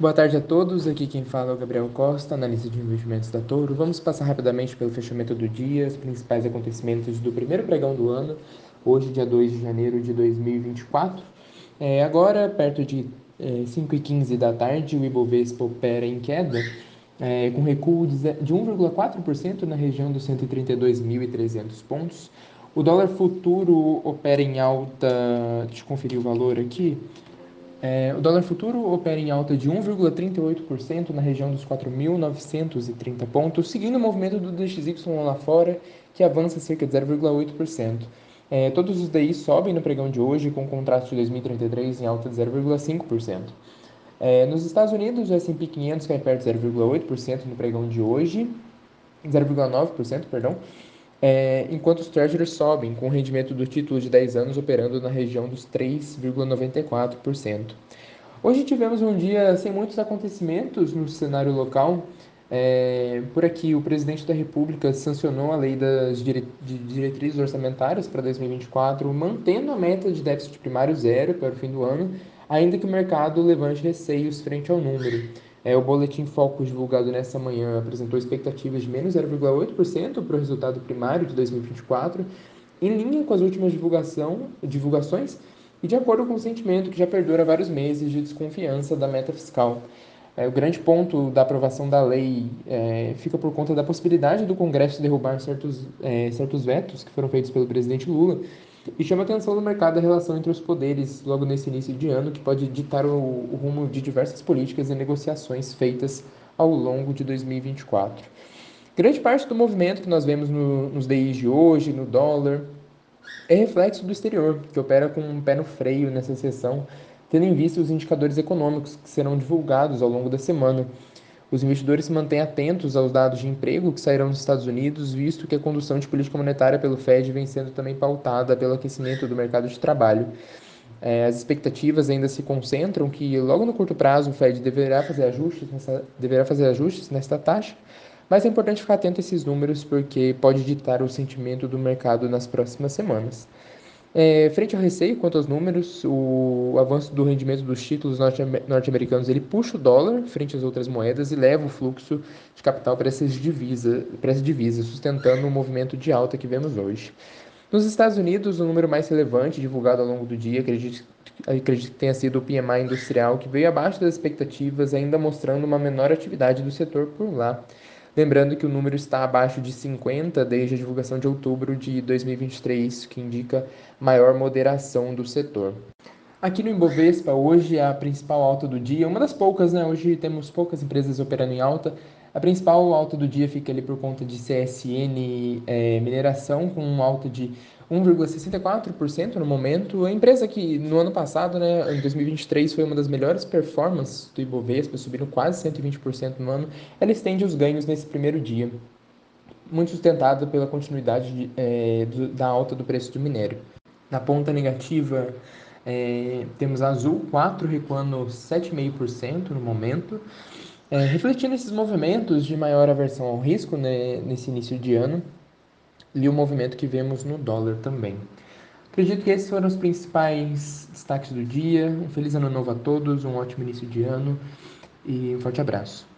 Boa tarde a todos, aqui quem fala é o Gabriel Costa, analista de investimentos da Toro. Vamos passar rapidamente pelo fechamento do dia, os principais acontecimentos do primeiro pregão do ano, hoje, dia 2 de janeiro de 2024. Agora, perto de 5h15 da tarde, o Ibovespa opera em queda, com recuo de 1,4% na região dos 132.300 pontos. O dólar futuro opera em alta, deixa eu conferir o valor aqui. O dólar futuro opera em alta de 1,38% na região dos 4.930 pontos, seguindo o movimento do DXY lá fora, que avança cerca de 0,8%. Todos os DIs sobem no pregão de hoje, com o contraste de 2033 em alta de 0,5%. Nos Estados Unidos, o S&P 500 cai perto de 0,8% no pregão de hoje, 0,9%, perdão, enquanto os Treasuries sobem, com o rendimento do título de 10 anos operando na região dos 3,94%. Hoje tivemos um dia sem muitos acontecimentos no cenário local. Por aqui, o presidente da República sancionou a lei das diretrizes orçamentárias para 2024, mantendo a meta de déficit primário zero para o fim do ano, ainda que o mercado levante receios frente ao número. O Boletim Focus, divulgado nesta manhã, apresentou expectativas de menos 0,8% para o resultado primário de 2024, em linha com as últimas divulgações e de acordo com o sentimento que já perdura vários meses de desconfiança da meta fiscal. O grande ponto da aprovação da lei fica por conta da possibilidade do Congresso derrubar certos vetos que foram feitos pelo presidente Lula e chama a atenção do mercado a relação entre os poderes logo nesse início de ano, que pode ditar o rumo de diversas políticas e negociações feitas ao longo de 2024. Grande parte do movimento que nós vemos nos DIs de hoje, no dólar, é reflexo do exterior, que opera com um pé no freio nessa sessão, tendo em vista os indicadores econômicos que serão divulgados ao longo da semana. Os investidores se mantêm atentos aos dados de emprego que sairão dos Estados Unidos, visto que a condução de política monetária pelo Fed vem sendo também pautada pelo aquecimento do mercado de trabalho. As expectativas ainda se concentram que logo no curto prazo o Fed deverá fazer ajustes nesta taxa, mas é importante ficar atento a esses números porque pode ditar o sentimento do mercado nas próximas semanas. Frente ao receio quanto aos números, o avanço do rendimento dos títulos norte-americanos ele puxa o dólar frente às outras moedas e leva o fluxo de capital para essa divisa, sustentando o movimento de alta que vemos hoje. Nos Estados Unidos, o número mais relevante divulgado ao longo do dia, acredito que tenha sido o PMI industrial, que veio abaixo das expectativas, ainda mostrando uma menor atividade do setor por lá. Lembrando que o número está abaixo de 50 desde a divulgação de outubro de 2023, que indica maior moderação do setor. Aqui no Ibovespa, hoje a principal alta do dia, uma das poucas, né? Hoje temos poucas empresas operando em alta. A principal alta do dia fica ali por conta de CSN Mineração, com uma alta de 1,64% no momento. A empresa que no ano passado, né, em 2023, foi uma das melhores performances do Ibovespa, subindo quase 120% no ano, ela estende os ganhos nesse primeiro dia, muito sustentada pela continuidade da alta do preço do minério. Na ponta negativa, temos a Azul 4 recuando 7,5% no momento, refletindo esses movimentos de maior aversão ao risco, né, nesse início de ano, e o movimento que vemos no dólar também. Acredito que esses foram os principais destaques do dia. Um feliz ano novo a todos, um ótimo início de ano e um forte abraço.